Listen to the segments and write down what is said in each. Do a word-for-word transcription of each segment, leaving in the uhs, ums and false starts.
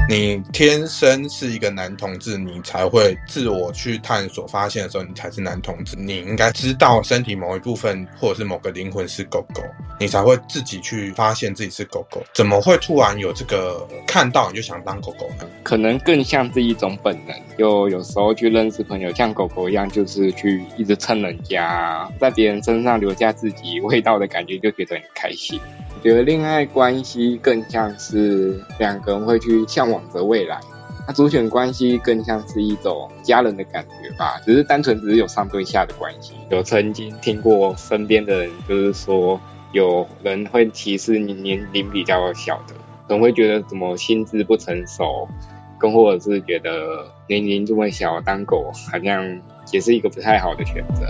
你天生是一个男同志，你才会自我去探索发现的时候，你才是男同志。你应该知道身体某一部分或者是某个灵魂是狗狗，你才会自己去发现自己是狗狗。怎么会突然有这个看到你就想当狗狗呢？ 可能更像是一种本能，就有时候去认识朋友像狗狗一样，就是去一直蹭人家，在别人身上留下自己味道的感觉，就觉得很开心。我觉得恋爱关系更像是两个人会去向往着未来，那主权关系更像是一种家人的感觉吧，只是单纯只是有上对下的关系。有曾经听过身边的人就是说，有人会歧视你年龄比较小的，可能会觉得怎么心智不成熟，更或者是觉得年龄这么小当狗好像也是一个不太好的选择。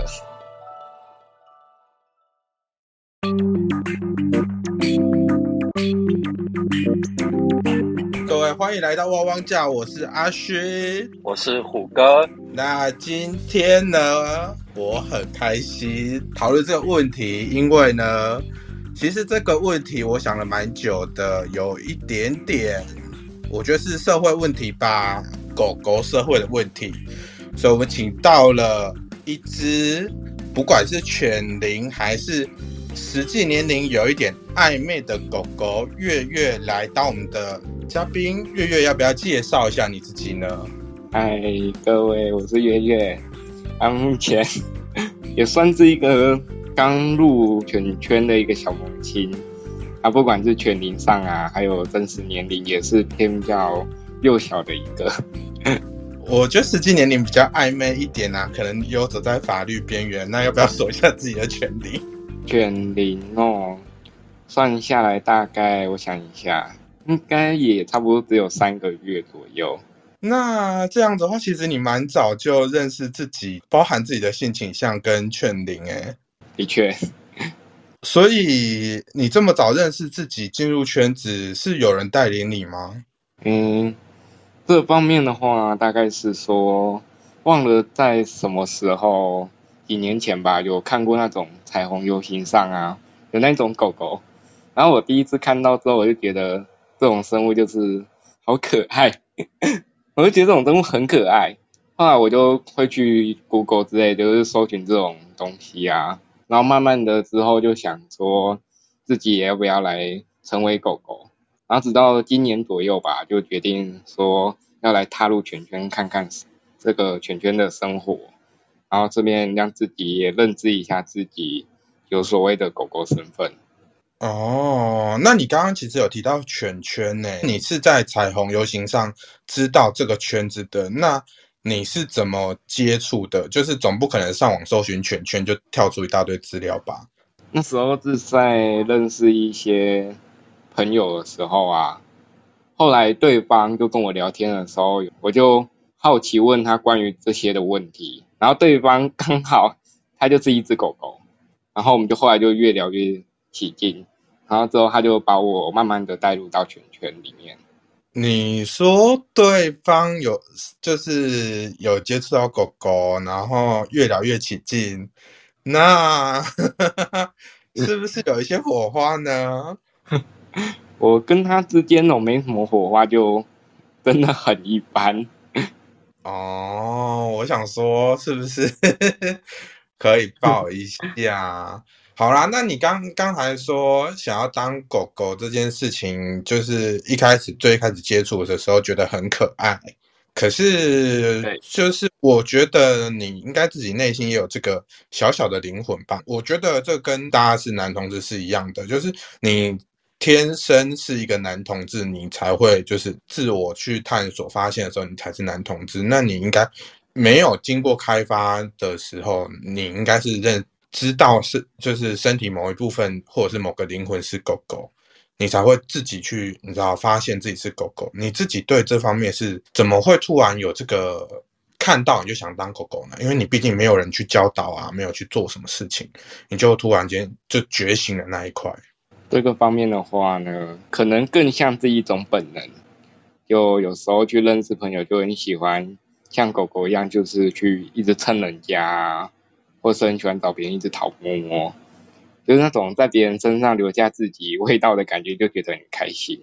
各位欢迎来到汪汪叫，我是阿勋， 我是虎哥。 那今天呢，我很开心讨论这个问题，因为呢，其实这个问题我想了蛮久的，有一点点，我觉得是社会问题吧，狗狗社会的问题，所以我们请到了一只，不管是犬龄还是实际年龄有一点暧昧的狗狗月月来当我们的嘉宾。月月要不要介绍一下你自己呢？ 嗨，各位，我是月月，啊，目前也算是一个刚入犬圈的一个小萌新，啊，不管是犬龄上啊，还有真实年龄，也是偏较幼小的一个。 我觉得实际年龄比较暧昧一点啊，可能游走在法律边缘。那要不要说一下自己的犬龄？ 犬龄哦，算下来大概我想一下，应该也差不多只有三个月左右。 那这样子的话，其实你蛮早就认识自己，包含自己的性倾向跟犬龄诶。 的确。 所以你这么早认识自己，进入圈子，是有人带领你吗？ 嗯，这方面的话，大概是说，忘了在什么时候，几年前吧，有看过那种彩虹游行上啊，有那种狗狗，然后我第一次看到之后，我就觉得这种生物就是好可爱，我就觉得这种生物很可爱。后来我就会去 Google 之类，就是搜寻这种东西啊，然后慢慢的之后就想说，自己也要不要来成为狗狗。然后直到今年左右吧，就决定说要来踏入犬圈看看这个犬圈的生活，然后这边让自己也认知一下自己有所谓的狗狗身份。 哦，那你刚刚其实有提到犬圈呢，你是在彩虹游行上知道这个圈子的，那你是怎么接触的？就是总不可能上网搜寻犬圈就跳出一大堆资料吧？ 那时候是在认识一些朋友的时候啊，后来对方就跟我聊天的时候，我就好奇问他关于这些的问题，然后对方刚好他就是一只狗狗，然后我们就后来就越聊越起劲，然后之后他就把我慢慢的带入到犬圈里面。 你说对方有就是有接触到狗狗，然后越聊越起劲，那是不是有一些火花呢？ 我跟他之间哦没什么火花，就真的很一般。 哦，我想说是不是可以抱一下？好啦，那你刚刚才说想要当狗狗这件事情，就是一开始最开始接触的时候觉得很可爱，可是就是我觉得你应该自己内心也有这个小小的灵魂吧。我觉得这跟大家是男同志是一样的，就是你天生是一个男同志，你才会就是自我去探索发现的时候，你才是男同志。那你应该没有经过开发的时候，你应该是认知道是就是身体某一部分或者是某个灵魂是狗狗，你才会自己去你知道发现自己是狗狗。你自己对这方面是怎么会突然有这个看到你就想当狗狗呢？因为你毕竟没有人去教导啊，没有去做什么事情，你就突然间就觉醒了那一块。 这个方面的话呢，可能更像是一种本能，就有时候去认识朋友就很喜欢像狗狗一样，就是去一直蹭人家啊，或是很喜欢找别人一直讨摸摸，就是那种在别人身上留下自己味道的感觉，就觉得很开心。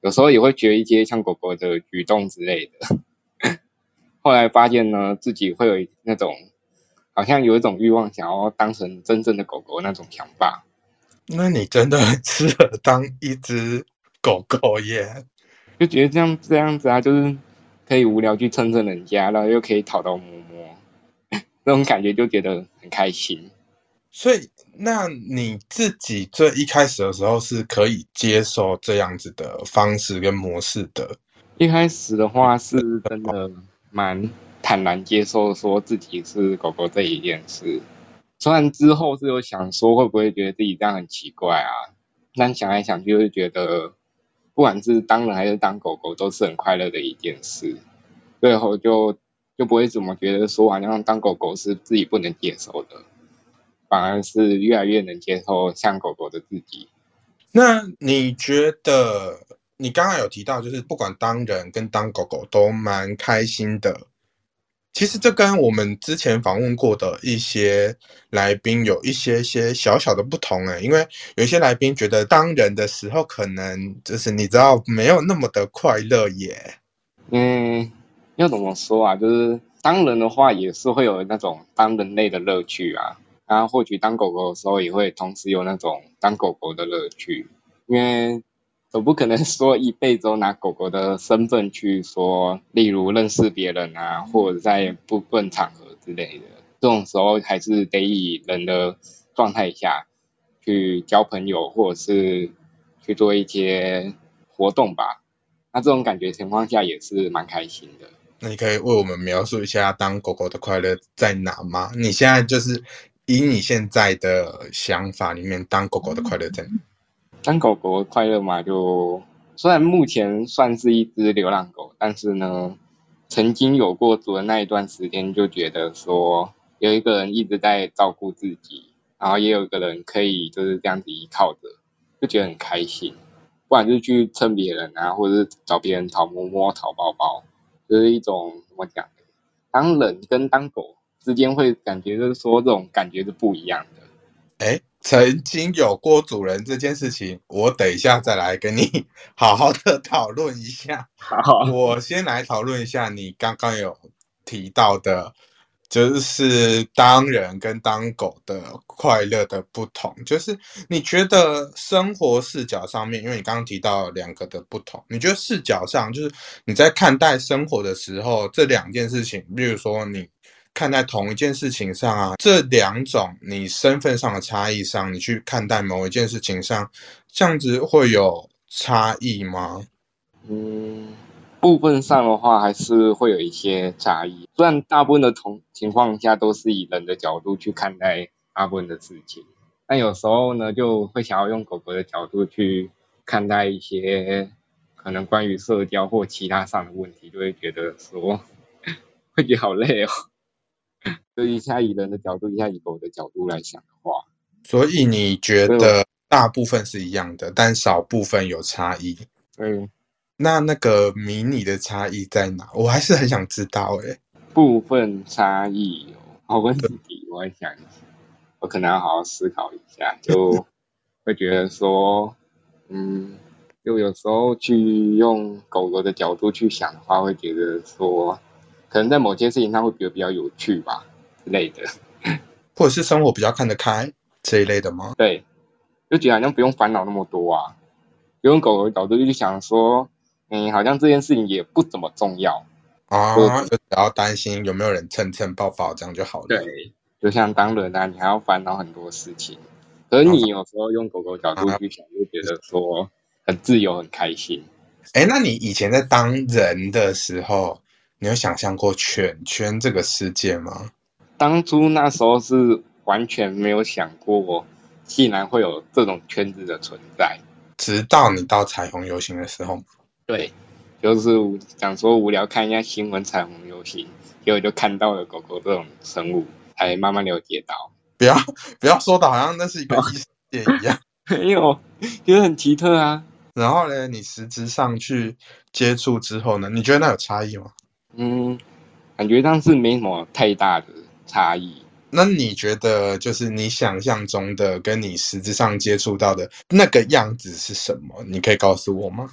有时候也会学一些像狗狗的举动之类的。后来发现呢，自己会有那种好像有一种欲望，想要当成真正的狗狗那种想法。 那你真的很适合当一只狗狗耶！ 就觉得这样这样子啊，就是可以无聊去蹭蹭人家，然后又可以讨到摸摸，那种感觉就觉得很开心。 所以，那你自己最一开始的时候是可以接受这样子的方式跟模式的？ 一开始的话是真的蛮坦然接受说自己是狗狗这一件事，虽然之后是有想说会不会觉得自己这样很奇怪啊，但想来想去就是觉得，不管是当人还是当狗狗都是很快乐的一件事，最后就就不会怎么觉得说好像当狗狗是自己不能接受的，反而是越来越能接受像狗狗的自己。 那你觉得，你刚刚有提到，就是不管当人跟当狗狗都蛮开心的。其实这跟我们之前访问过的一些来宾有一些些小小的不同诶，因为有一些来宾觉得当人的时候，可能就是你知道没有那么的快乐耶。 嗯，要怎么说啊？就是当人的话，也是会有那种当人类的乐趣啊。然后或许当狗狗的时候，也会同时有那种当狗狗的乐趣，因为总不可能说一辈子都拿狗狗的身份去说，例如认识别人啊，或者在不分场合之类的。这种时候还是得以人的状态下去交朋友，或者是去做一些活动吧。那这种感觉情况下也是蛮开心的。 那你可以为我们描述一下当狗狗的快乐在哪吗？你现在就是以你现在的想法里面，当狗狗的快乐在哪？ 当狗狗快乐嘛，就虽然目前算是一只流浪狗，但是呢，曾经有过主人那一段时间，就觉得说有一个人一直在照顾自己，然后也有一个人可以就是这样子依靠着，就觉得很开心。不管就是去蹭别人啊，或者是找别人讨摸摸、讨抱抱，就是一种怎么讲？当人跟当狗之间会感觉就是说这种感觉是不一样的。 哎，曾经有过主人这件事情，我等一下再来跟你好好的讨论一下。 好， 我先来讨论一下你刚刚有提到的，就是当人跟当狗的快乐的不同。就是你觉得生活视角上面，因为你刚刚提到两个的不同，你觉得视角上，就是你在看待生活的时候，这两件事情，比如说你看待同一件事情上啊，这两种你身份上的差异上，你去看待某一件事情上，这样子会有差异吗？ 嗯，部分上的话还是会有一些差异，虽然大部分的同情况下都是以人的角度去看待大部分的事情，但有时候呢就会想要用狗狗的角度去看待一些可能关于社交或其他上的问题，就会觉得说会觉得好累哦。就一下以人的角度，一下以狗的角度来想的话， 所以你觉所以我得大部分是一样的，但少部分有差异。 嗯那那个迷你的差异在哪？我还是很想知道诶。 部分差异哦，好问题，我在想一下。我可能要好好思考一下，就会觉得说，嗯，就有时候去用狗狗的角度去想的话，会觉得说，可能在某些事情上会觉得比较有趣吧之类的。 或者是生活比较看得开这一类的吗？ 对，就觉得好像不用烦恼那么多啊，用狗狗的角度去想说，嗯，好像这件事情也不怎么重要。 啊，就只要担心有没有人蹭蹭抱抱，这样就好了。 对，就像当人啊，你还要烦恼很多事情，可是你有时候用狗狗角度啊， 去想，就觉得说很自由、很开心。 哎，那你以前在当人的时候，你有想象过犬圈这个世界吗？ 当初那时候是完全没有想过，竟然会有这种圈子的存在。 直到你到彩虹游行的时候。 对，就是想说无聊看一下新闻彩虹游行，结果就看到了狗狗这种生物，才慢慢了解到。 不要不要说的好像那是一个异世界一样。 没有，觉得很奇特啊。 然后呢，你实质上去接触之后呢，你觉得那有差异吗？ 嗯，感觉上是没什么太大的差异。 那你觉得就是你想象中的跟你实质上接触到的那个样子是什么？你可以告诉我吗？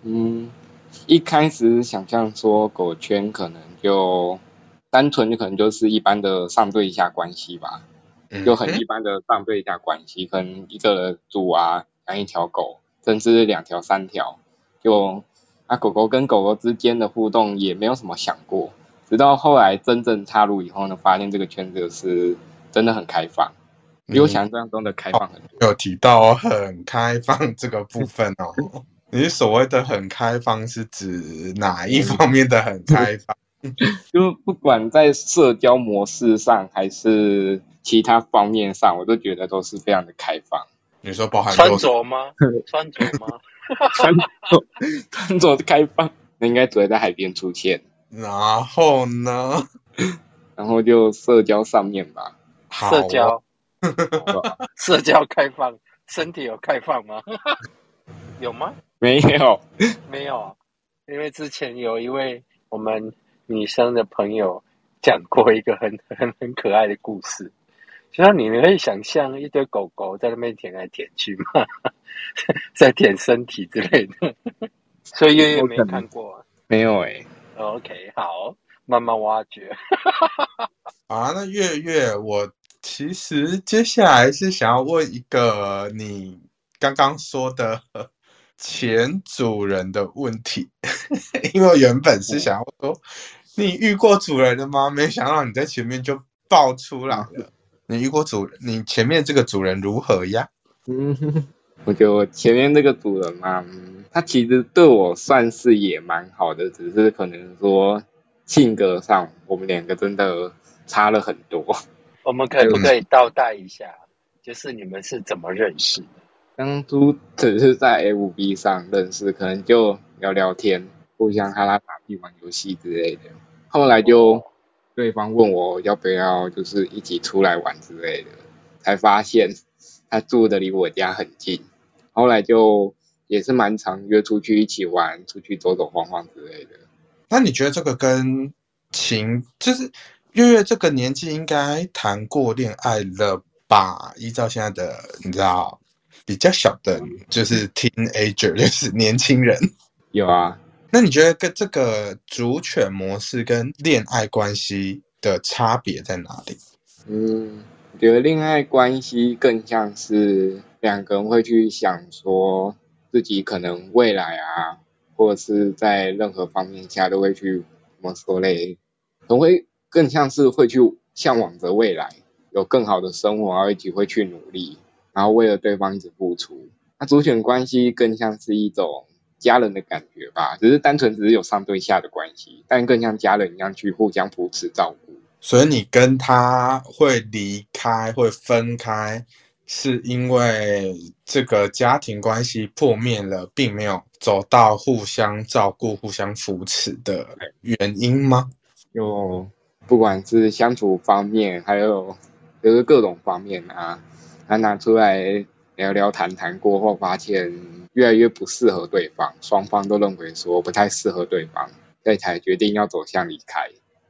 嗯，一开始想象说狗圈可能就单纯就可能就是一般的上对下关系吧，就很一般的上对下关系，可能一个主啊养一条狗，甚至两条三条，就啊狗狗跟狗狗之间的互动也没有什么想过，直到后来真正踏入以后呢，发现这个圈子是真的很开放，比我想象中的开放很多。 有提到很开放这个部分哦。你所谓的很开放是指哪一方面的很开放？ 就不管在社交模式上还是其他方面上，我都觉得都是非常的开放。 你说包含穿着吗？穿着吗？ 穿着穿着开放，那应该只会在海边出现。 然后呢？ 然后就社交上面吧。 社交， 哦、 社交开放，身体有开放吗？有吗？ 没有， 没有，因为之前有一位我们女生的朋友讲过一个很很很可爱的故事，就像你们可以想象一堆狗狗在那边舔来舔去嘛，在舔身体之类的，所以月月没看过， 没有哎、欸。 OK， 好，慢慢挖掘。 啊，那月月，我其实接下来是想要问一个你刚刚说的前主人的问题，因为我原本是想要说，你遇过主人的吗？没想到你在前面就爆出来了。你遇过主人？你前面这个主人如何呀？ 嗯，我觉得我前面这个主人嘛，嗯，他其实对我算是也蛮好的，只是可能说性格上我们两个真的差了很多。 我们可不可以倒带一下？就是你们是怎么认识的？ 当初只是在 F B 上认识，可能就聊聊天，互相哈拉打屁玩游戏之类的。后来就对方问我要不要就是一起出来玩之类的，才发现他住的离我家很近。后来就也是蛮常约出去一起玩，出去走走晃晃之类的。 那你觉得这个跟情，就是月月这个年纪应该谈过恋爱了吧？依照现在的你知道比较小的，就是 teenager， 就是年轻人。 有啊。 那你觉得跟这个主犬模式跟恋爱关系的差别在哪里？ 嗯，我觉得恋爱关系更像是两个人会去想说自己可能未来啊，或者是在任何方面下都会去怎么说嘞，可能会更像是会去向往着未来，有更好的生活，然后一起会去努力，然后为了对方一直付出。那主犬关系更像是一种家人的感觉吧，只是单纯只是有上对下的关系，但更像家人一样去互相扶持照顾。 所以你跟他会离开会分开，是因为这个家庭关系破灭了，并没有走到互相照顾互相扶持的原因吗？ 就不管是相处方面还有就是各种方面啊，他拿出来聊聊谈谈过后，发现越来越不适合对方，双方都认为说不太适合对方，所以才决定要走向离开。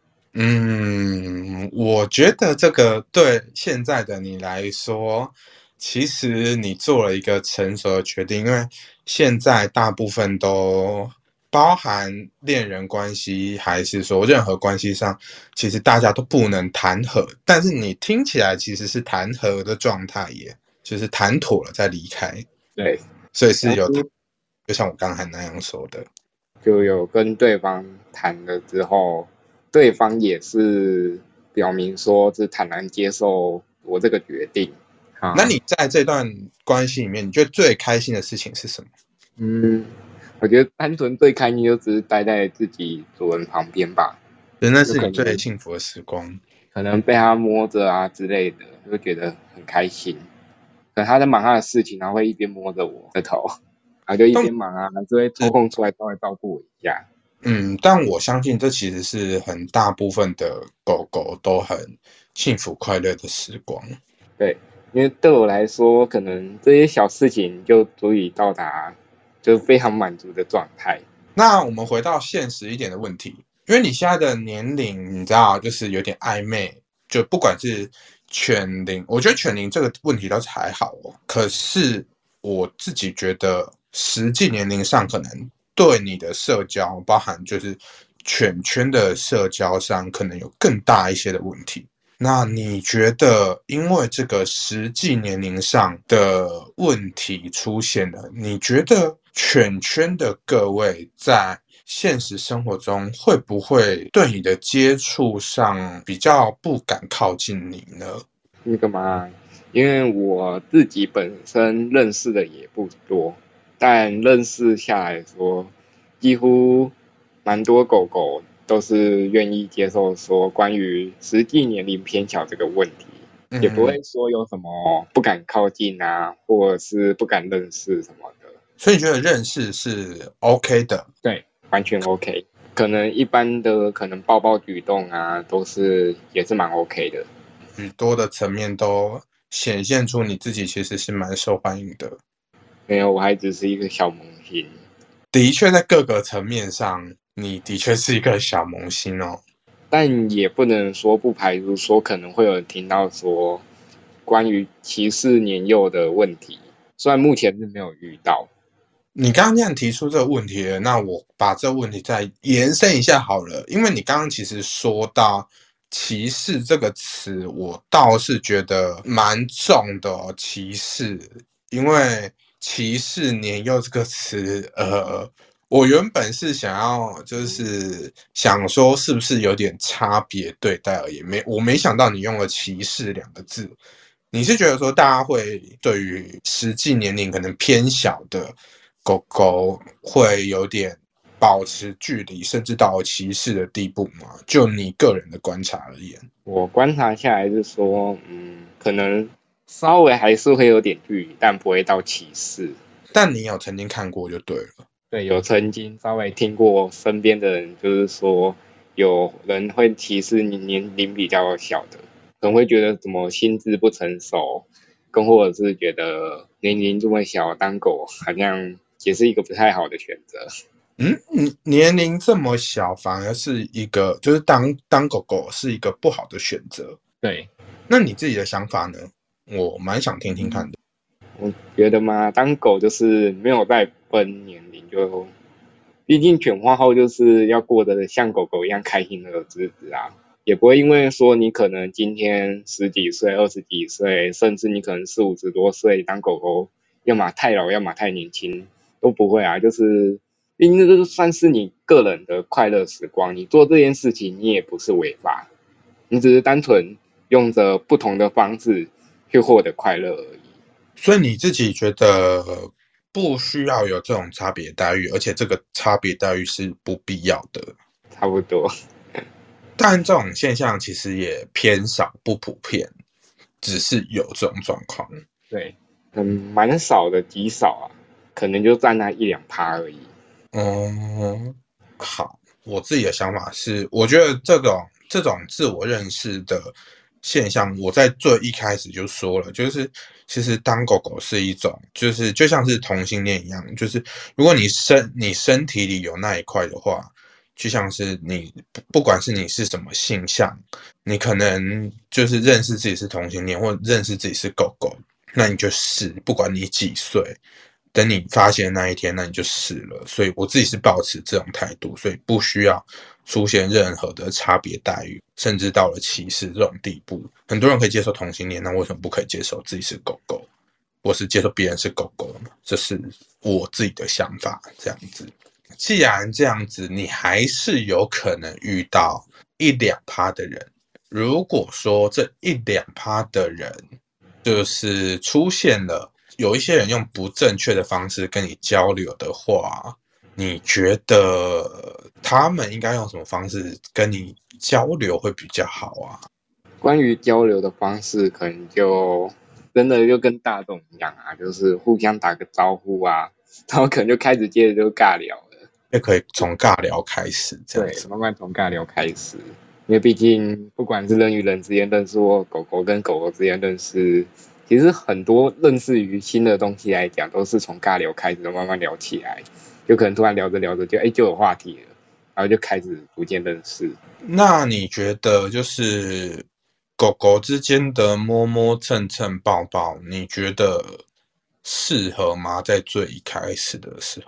嗯，我觉得这个对现在的你来说，其实你做了一个成熟的决定，因为现在大部分都包含恋人关系，还是说任何关系上，其实大家都不能谈和，但是你听起来其实是谈和的状态耶，就是谈妥了再离开。 对， 所以是有，就像我刚才那样说的， 就有跟对方谈了之后，对方也是表明说是坦然接受我这个决定。啊、 那你在这段关系里面，你觉得最开心的事情是什么？ 嗯，我觉得单纯最开心就只是待在自己主人旁边吧， 那是你最幸福的时光。 可能被他摸着啊之类的，就觉得很开心。可能他在忙他的事情，然后会一边摸着我的头，然后就一边忙啊，就会抽空出来稍微照顾我一下。 嗯，但我相信这其实是很大部分的狗狗都很幸福快乐的时光。 对，因为对我来说，可能这些小事情就足以到达就是非常满足的状态。 那我们回到现实一点的问题，因为你现在的年龄，你知道，就是有点暧昧，就不管是犬龄，我觉得犬龄这个问题倒是还好哦。可是我自己觉得，实际年龄上可能对你的社交，包含就是犬圈的社交上，可能有更大一些的问题。那你觉得，因为这个实际年龄上的问题出现了，你觉得犬圈的各位在现实生活中会不会对你的接触上比较不敢靠近你呢？ 那个嘛，因为我自己本身认识的也不多，但认识下来说，几乎蛮多狗狗都是愿意接受说关于实际年龄偏小这个问题， 嗯、 也不会说有什么不敢靠近啊，或者是不敢认识什么的。 所以你觉得认识是 OK 的？ 对，完全 OK。可能一般的可能抱抱举动啊，都是也是蛮 OK 的。 许多的层面都显现出你自己其实是蛮受欢迎的。 没有，我还只是一个小萌新。 的确，在各个层面上，你的确是一个小萌新哦。 但也不能说不排除说可能会有人听到说关于歧视年幼的问题，虽然目前是没有遇到。 你刚刚这样提出这个问题了，那我把这个问题再延伸一下好了，因为你刚刚其实说到歧视这个词，我倒是觉得蛮重的哦，歧视，因为歧视年幼这个词，呃，我原本是想要就是想说是不是有点差别对待而已，没我没想到你用了歧视两个字。你是觉得说大家会对于实际年龄可能偏小的狗狗会有点保持距离，甚至到歧视的地步吗？就你个人的观察而言， 我观察下来是说，嗯，可能稍微还是会有点距离，但不会到歧视。 但你有曾经看过就对了。 对，有曾经稍微听过身边的人，就是说有人会歧视年龄比较小的，可能会觉得怎么心智不成熟，更或者是觉得年龄这么小当狗好像也是一个不太好的选择。 嗯，年龄这么小，反而是一个就是当当狗狗是一个不好的选择。 对， 那你自己的想法呢？我蛮想听听看的。 我觉得嘛，当狗就是没有在分年龄，就毕竟犬化后就是要过得像狗狗一样开心的日子啊，也不会因为说你可能今天十几岁、二十几岁，甚至你可能四五十多岁当狗狗，要么太老，要么太年轻，都不会啊，就是毕竟这就算是你个人的快乐时光，你做这件事情你也不是违法，你只是单纯用着不同的方式去获得快乐而已。 所以你自己觉得不需要有这种差别待遇，而且这个差别待遇是不必要的。 差不多。 但这种现象其实也偏少，不普遍，只是有这种状况。 对，嗯，蛮少的，极少啊，可能就占那一两趴而已。 嗯，好，我自己的想法是，我觉得这种这种自我认识的现象，我在最一开始就说了，就是其实当狗狗是一种，就是就像是同性恋一样，就是如果你身你身体里有那一块的话，就像是你不管是你是什么性向，你可能就是认识自己是同性恋，或认识自己是狗狗，那你就是不管你几岁。等你发现那一天，那你就死了。所以我自己是抱持这种态度，所以不需要出现任何的差别待遇，甚至到了歧视这种地步。很多人可以接受同性恋，那为什么不可以接受自己是狗狗，或是接受别人是狗狗呢？这是我自己的想法。这样子，既然这样子，你还是有可能遇到一两趴的人。如果说这一两趴的人就是出现了。有一些人用不正确的方式跟你交流的话，你觉得他们应该用什么方式跟你交流会比较好啊？ 关于交流的方式，可能就真的就跟大众一样啊，就是互相打个招呼啊，然后可能就开始接着就尬聊了。 也可以从尬聊开始，这样对， 子。 慢慢从尬聊开始，因为毕竟不管是人与人之间认识，或狗狗跟狗狗之间认识。其实很多认识于新的东西来讲，都是从尬聊开始，慢慢聊起来，就可能突然聊着聊着就哎就有话题了，然后就开始逐渐认识。 那你觉得就是狗狗之间的摸摸蹭蹭抱抱，你觉得适合吗？在最一开始的时候，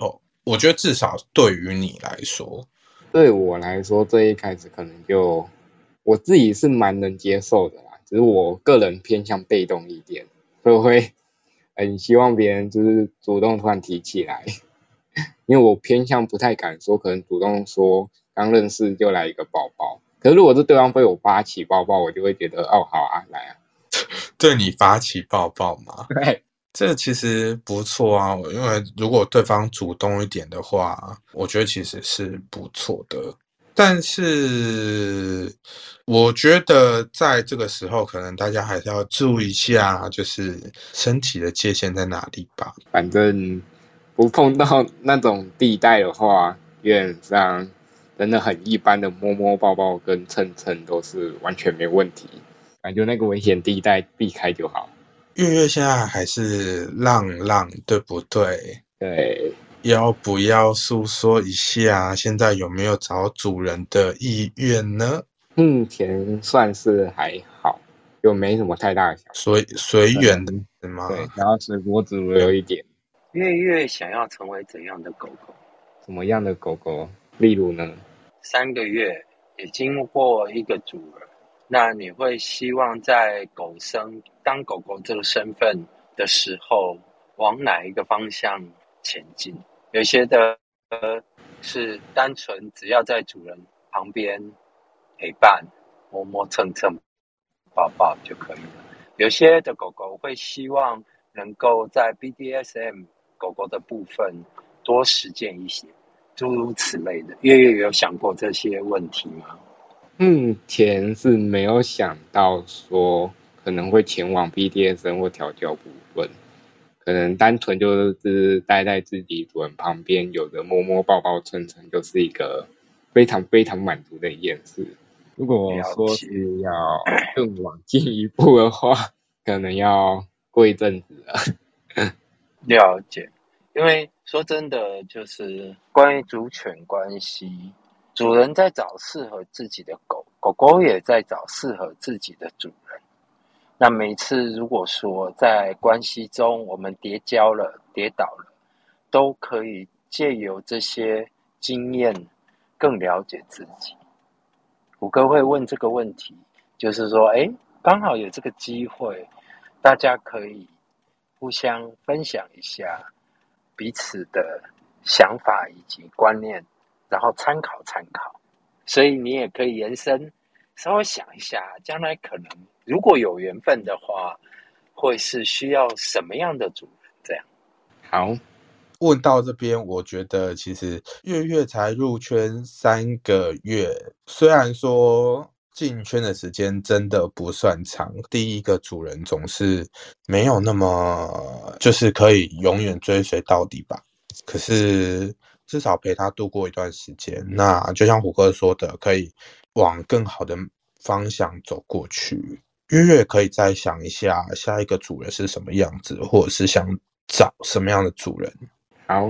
我觉得至少对于你来说， 对我来说，最一开始可能就我自己是蛮能接受的啦，只是我个人偏向被动一点，所以我会很希望别人就是主动突然提起来，因为我偏向不太敢说，可能主动说刚认识就来一个抱抱。可是如果是对方被我发起抱抱，我就会觉得哦好啊，来啊， 对你发起抱抱嘛， 对， 这其实不错啊。因为如果对方主动一点的话，我觉得其实是不错的。但是我觉得在这个时候，可能大家还是要注意一下，就是身体的界限在哪里吧。 反正不碰到那种地带的话，基本上真的很一般的摸摸抱抱跟蹭蹭都是完全没问题，感觉那个危险地带避开就好。 月月现在还是浪浪，对不对？ 对， 要不要诉说一下，现在有没有找主人的意愿呢？ 目前算是还好，就没什么太大的想法。 随随缘的是吗？ 对，然后随波逐流一点。 月月想要成为怎样的狗狗？ 什么样的狗狗？例如呢？ 三个月也经过一个主人，那你会希望在狗生当狗狗这个身份的时候，往哪一个方向前进？有些的呃是单纯只要在主人旁边陪伴、摸摸蹭蹭、抱抱就可以了。有些的狗狗会希望能够在 B D S M 狗狗的部分多实践一些，诸如此类的。月月有想过这些问题吗？ 目前是没有想到说可能会前往 B D S M 或调教部分，可能单纯就是待在自己主人旁边，有着摸摸抱抱蹭蹭，就是一个非常非常满足的一件事。如果说是要更往进一步的话，可能要过一阵子了。 了解，因为说真的，就是关于主犬关系，主人在找适合自己的狗，狗狗也在找适合自己的主人。那每次如果说在关系中我们跌跤了、跌倒了，都可以借由这些经验更了解自己。虎哥会问这个问题，就是说，哎，刚好有这个机会，大家可以互相分享一下彼此的想法以及观念，然后参考参考。所以你也可以延伸，稍微想一下，将来可能如果有缘分的话，会是需要什么样的主人？这样。 好， 问到这边，我觉得其实月月才入圈三个月，虽然说进圈的时间真的不算长，第一个主人总是没有那么就是可以永远追随到底吧。可是至少陪他度过一段时间，那就像虎哥说的，可以往更好的方向走过去。月月可以再想一下下一个主人是什么样子，或者是想找什么样的主人。 好，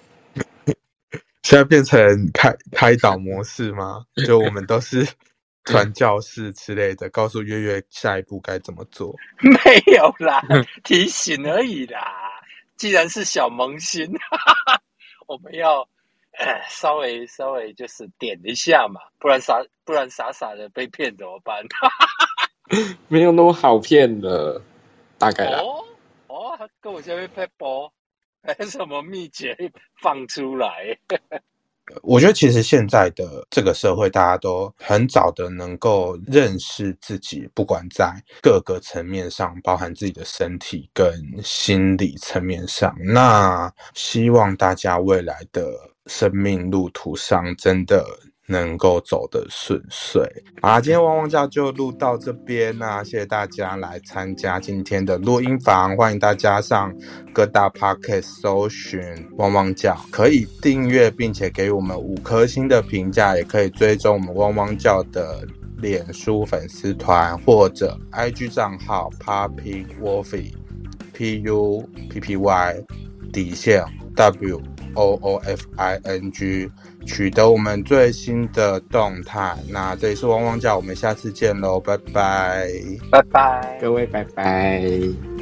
现在变成开开导模式吗？就我们都是传教士之类的，告诉月月下一步该怎么做。 没有啦，提醒而已啦。既然是小萌新，我们要、呃、稍微稍微就是点一下嘛，不然傻不然傻傻的被骗怎么办？ 没有那么好骗的，大概啦。 哦哦，他跟我这边拍波，还有什么秘诀放出来？ 我觉得其实现在的这个社会，大家都很早的能够认识自己，不管在各个层面上，包含自己的身体跟心理层面上。那希望大家未来的生命路途上，真的能够走得顺遂。好啦，今天汪汪叫就录到这边啦、啊，谢谢大家来参加今天的录音房，欢迎大家上各大 podcast 搜寻汪汪叫，可以订阅并且给我们五颗星的评价，也可以追踪我们汪汪叫的脸书粉丝团或者 I G 账号 Puppy Wolfie P U P P Y 底线 W O O F I N G 取得我们最新的动态。那这里是汪汪叫，我们下次见喽，拜拜， 拜拜， 各位拜拜。